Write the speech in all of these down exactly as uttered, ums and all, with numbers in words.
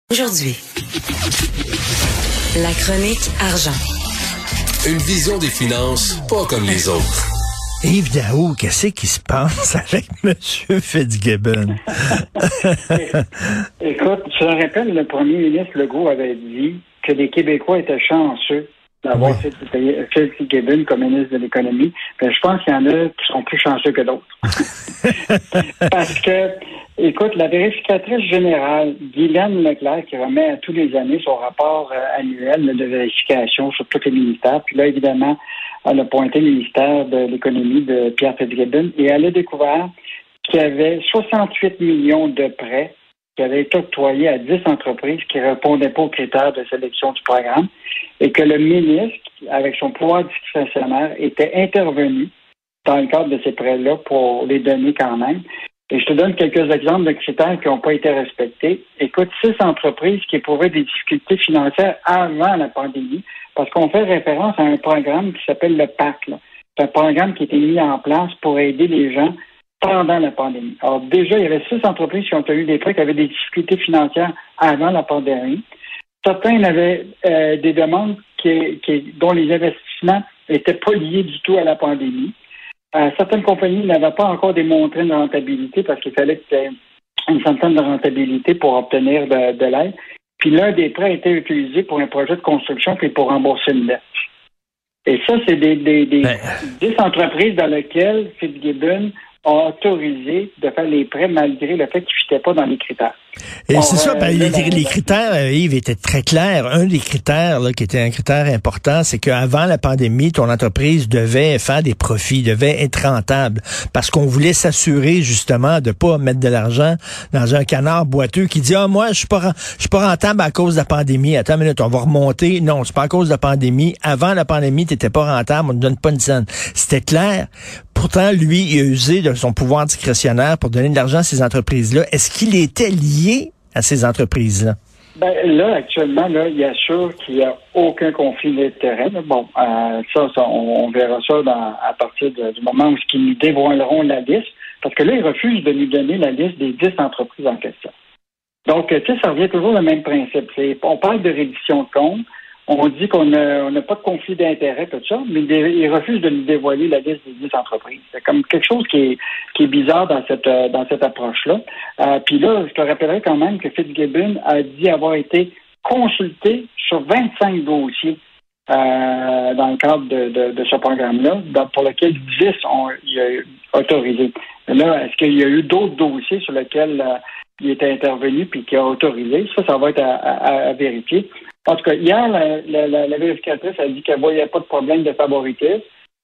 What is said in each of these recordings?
Aujourd'hui, la chronique argent. Une vision des finances pas comme les autres. Yves Daou, qu'est-ce qui se passe avec M. Fitzgibbon? Écoute, je te rappelle, le premier ministre Legault avait dit que les Québécois étaient chanceux d'avoir oui. Fitzgibbon comme ministre de l'économie. Mais je pense qu'il y en a qui sont plus chanceux que d'autres. Parce que, écoute, la vérificatrice générale, Guylaine Leclerc, qui remet à tous les années son rapport euh, annuel de vérification sur tous les ministères, puis là, évidemment, elle a pointé le ministère de l'économie de Pierre Fitzgibbon, et elle a découvert qu'il y avait soixante-huit millions de prêts qui avaient été octroyés à dix entreprises qui ne répondaient pas aux critères de sélection du programme, et que le ministre, avec son pouvoir discrétionnaire, était intervenu dans le cadre de ces prêts-là pour les donner quand même. Et je te donne quelques exemples de critères qui n'ont pas été respectés. Écoute, six entreprises qui éprouvaient des difficultés financières avant la pandémie, parce qu'on fait référence à un programme qui s'appelle le P A C. Là. C'est un programme qui a été mis en place pour aider les gens pendant la pandémie. Alors déjà, il y avait six entreprises qui ont eu des prêts qui avaient des difficultés financières avant la pandémie. Certains avaient euh, des demandes qui, qui, dont les investissements n'étaient pas liés du tout à la pandémie. Euh, certaines compagnies n'avaient pas encore démontré une rentabilité parce qu'il fallait qu'il y ait une centaine de rentabilité pour obtenir de, de l'aide. Puis l'un des prêts a été utilisé pour un projet de construction puis pour rembourser une dette. Et ça, c'est des, des, des ben... dix entreprises dans lesquelles Fitzgibbon a autorisé de faire les prêts malgré le fait qu'ils ne fitaient pas dans les critères. Et bon, c'est ça, euh, ben, les, ben, les critères, euh, Yves, étaient très clairs. Un des critères là, qui était un critère important, c'est qu'avant la pandémie, ton entreprise devait faire des profits, devait être rentable, parce qu'on voulait s'assurer justement de pas mettre de l'argent dans un canard boiteux qui dit « Ah, moi, je suis pas je suis pas rentable à cause de la pandémie. Attends une minute, on va remonter. Non, c'est pas à cause de la pandémie. Avant la pandémie, t'étais pas rentable, on ne donne pas une scène. » C'était clair. Pourtant, lui, il a usé de son pouvoir discrétionnaire pour donner de l'argent à ces entreprises-là. Est-ce qu'il était lié à ces entreprises-là? Ben, là, actuellement, là, il assure qu'il n'y a aucun conflit d'intérêt. Bon, euh, ça, ça on, on verra ça dans, à partir de, du moment où ils nous dévoileront la liste, parce que là, ils refusent de nous donner la liste des dix entreprises en question. Donc, tu sais, ça revient toujours au même principe. C'est, on parle de reddition de comptes. On dit qu'on n'a pas de conflit d'intérêt, tout ça, mais ils refusent de nous dévoiler la liste des dix entreprises. C'est comme quelque chose qui est, qui est bizarre dans cette, dans cette approche-là. Euh, Puis là, je te rappellerai quand même que Fitzgibbon a dit avoir été consulté sur vingt-cinq dossiers euh, dans le cadre de, de, de ce programme-là, pour lequel dix ont il a autorisé. Mais là, est-ce qu'il y a eu d'autres dossiers sur lesquels euh, il était intervenu puis qui a autorisé? Ça, ça va être à, à, à vérifier. En tout cas, hier, la, la, la, la vérificatrice a dit qu'elle ne voyait pas de problème de favoritisme.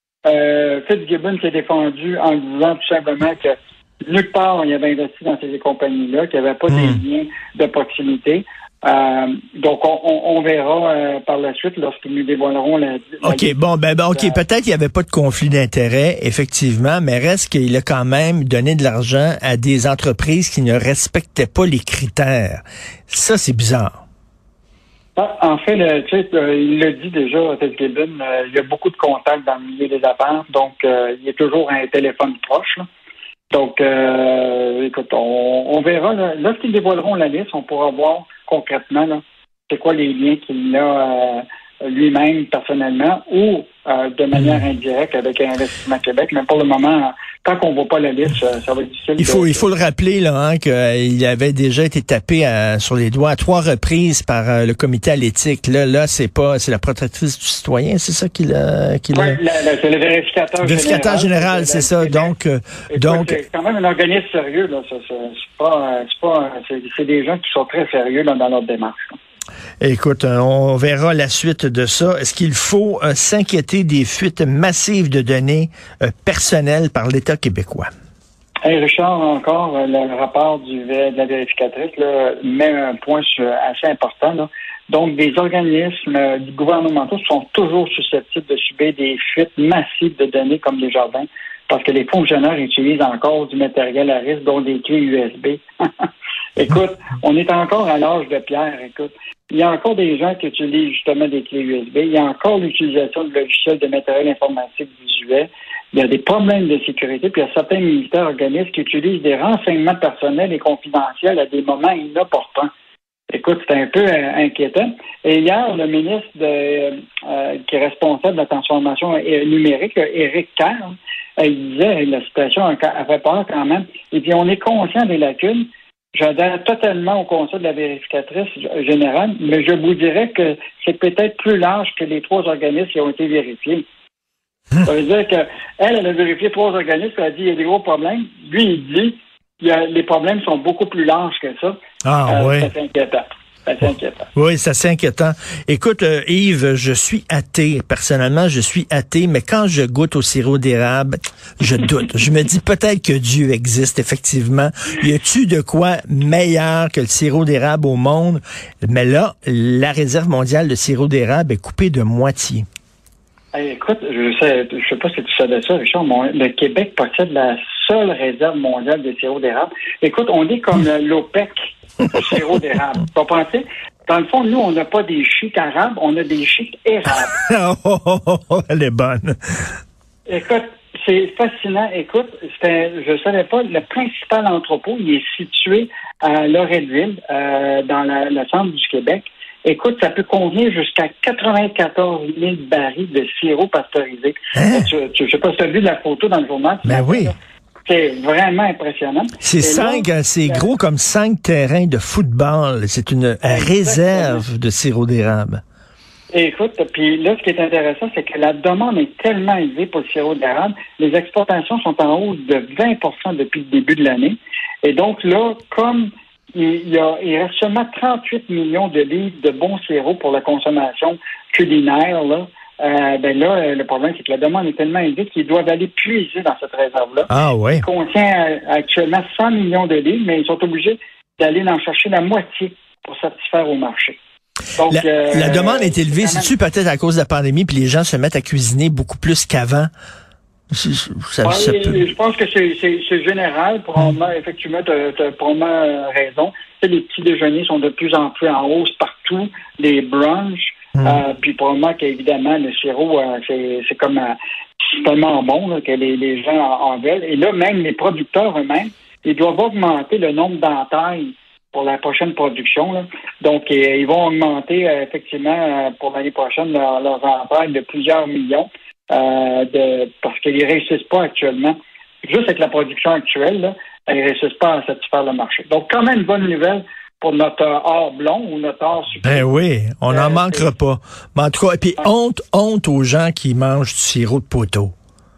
Euh, Fitzgibbon s'est défendu en disant tout simplement que nulle part il avait investi dans ces compagnies-là, qu'il n'y avait pas mmh. des liens de proximité. Euh, donc, on, on, on verra euh, par la suite lorsqu'ils nous dévoileront la... la OK, bon, ben, ben OK, euh, peut-être qu'il n'y avait pas de conflit d'intérêt, effectivement, mais reste qu'il a quand même donné de l'argent à des entreprises qui ne respectaient pas les critères. Ça, c'est bizarre. En fait, le, tu sais, il l'a dit déjà, Fitzgibbon, euh, il y a beaucoup de contacts dans le milieu des affaires, donc euh, il est toujours un téléphone proche. Là. Donc, euh, écoute, on, on verra. Là, lorsqu'ils dévoileront la liste, on pourra voir concrètement là, c'est quoi les liens qu'il a euh, lui-même personnellement ou euh, de manière indirecte avec Investissement Québec. Mais pour le moment, tant qu'on ne voit pas la liste, ça, ça va être difficile. Il faut, de... il faut le rappeler là, hein, qu'il avait déjà été tapé à, sur les doigts à trois reprises par euh, le comité à l'éthique. Là, là, c'est pas, c'est la protectrice du citoyen, c'est ça qu'il a, qu'il Oui, a... c'est le vérificateur, le vérificateur général. général c'est ça. Donc, euh, écoute, donc, c'est quand même un organisme sérieux là. Ça, ça, c'est pas, c'est pas, c'est, c'est des gens qui sont très sérieux là, dans leur démarche. Là. Écoute, on verra la suite de ça. Est-ce qu'il faut euh, s'inquiéter des fuites massives de données euh, personnelles par l'État québécois? Hey Richard, encore, le rapport du, de la vérificatrice là, met un point sur, assez important. Là. Donc, des organismes euh, gouvernementaux sont toujours susceptibles de subir des fuites massives de données comme les jardins, parce que les fonctionnaires utilisent encore du matériel à risque, dont des clés U S B. Écoute, on est encore à l'âge de pierre. Écoute, il y a encore des gens qui utilisent justement des clés U S B. Il y a encore l'utilisation de logiciels de matériel informatique visuel. Il y a des problèmes de sécurité. Puis il y a certains militaires organismes qui utilisent des renseignements personnels et confidentiels à des moments inopportuns. Écoute, c'est un peu euh, inquiétant. Et hier, le ministre de, euh, qui est responsable de la transformation numérique, Éric Kerr, euh, il disait la situation a fait peur quand même. Et puis, on est conscient des lacunes. J'adhère totalement au conseil de la vérificatrice générale, mais je vous dirais que c'est peut-être plus large que les trois organismes qui ont été vérifiés. Ça veut dire qu'elle, elle a vérifié trois organismes, elle a dit qu'il y a des gros problèmes. Lui, il dit que les problèmes sont beaucoup plus larges que ça. Ah euh, oui. C'est inquiétant. C'est inquiétant. Oui, c'est assez inquiétant. Écoute, euh, Yves, je suis athée. Personnellement, je suis athée, mais quand je goûte au sirop d'érable, je doute. Je me dis peut-être que Dieu existe, effectivement. Y a-tu de quoi meilleur que le sirop d'érable au monde? Mais là, la réserve mondiale de sirop d'érable est coupée de moitié. Hey, écoute, je sais, je sais pas si tu savais ça, Richard, mais le Québec possède la seule réserve mondiale de sirop d'érable. Écoute, on est comme l'OPEC du sirop d'érable. Tu vas penser? Dans le fond, nous, on n'a pas des chics arabes, on a des chics érables. oh, oh, oh, oh, elle est bonne. Écoute, c'est fascinant. Écoute, c'était, je ne savais pas, le principal entrepôt, il est situé à Loretteville, euh, dans la, le centre du Québec. Écoute, ça peut contenir jusqu'à quatre-vingt-quatorze mille barils de sirop pasteurisé. Hein? Tu, tu, je sais pas si tu as vu la photo dans le journal. Ben oui. Là. C'est vraiment impressionnant. C'est cinq, là, c'est euh, gros comme cinq terrains de football. C'est une exactement. réserve de sirop d'érable. Et écoute, puis là, ce qui est intéressant, c'est que la demande est tellement élevée pour le sirop d'érable. Les exportations sont en hausse de vingt pour cent depuis le début de l'année. Et donc là, comme il, y a, il reste seulement trente-huit millions de livres de bons sirops pour la consommation culinaire, là, Euh, ben là, le problème, c'est que la demande est tellement élevée qu'ils doivent aller puiser dans cette réserve-là. Ah oui. Il contient actuellement cent millions de livres, mais ils sont obligés d'aller en chercher la moitié pour satisfaire au marché. Donc, la, euh, la demande est élevée. Même... C'est-tu peut-être à cause de la pandémie, puis les gens se mettent à cuisiner beaucoup plus qu'avant? Ça, ouais, ça peut... Je pense que c'est, c'est, c'est général. Probablement, mmh. effectivement, tu as probablement raison. Tu sais, les petits déjeuners sont de plus en plus en hausse partout. Les brunchs. Mmh. Euh, puis probablement qu'évidemment, le sirop, euh, c'est, c'est comme euh, c'est tellement bon là, que les, les gens en, en veulent. Et là, même les producteurs eux-mêmes, ils doivent augmenter le nombre d'entailles pour la prochaine production. Là. Donc, euh, ils vont augmenter euh, effectivement euh, pour l'année prochaine leur, leurs entailles de plusieurs millions euh, de, parce qu'ils ne réussissent pas actuellement. Juste avec la production actuelle, là, ils ne réussissent pas à satisfaire le marché. Donc, quand même une bonne nouvelle pour notre or blond ou notre or sucré. Ben oui, on n'en euh, manquera c'est... pas. Mais en tout cas, et puis honte, honte aux gens qui mangent du sirop de poteau.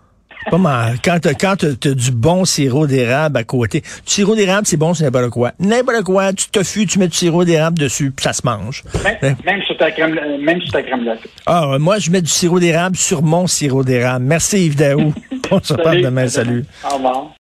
Pas mal. Quand t'as, quand t'as, t'as du bon sirop d'érable à côté. Du sirop d'érable, c'est bon, c'est n'importe quoi. N'importe quoi, tu te fuis, tu mets du sirop d'érable dessus, puis ça se mange. Même, même sur ta crème, même sur ta crème glacée. Ah, moi, je mets du sirop d'érable sur mon sirop d'érable. Merci Yves Daou. On se reparle demain. Salut. Au revoir.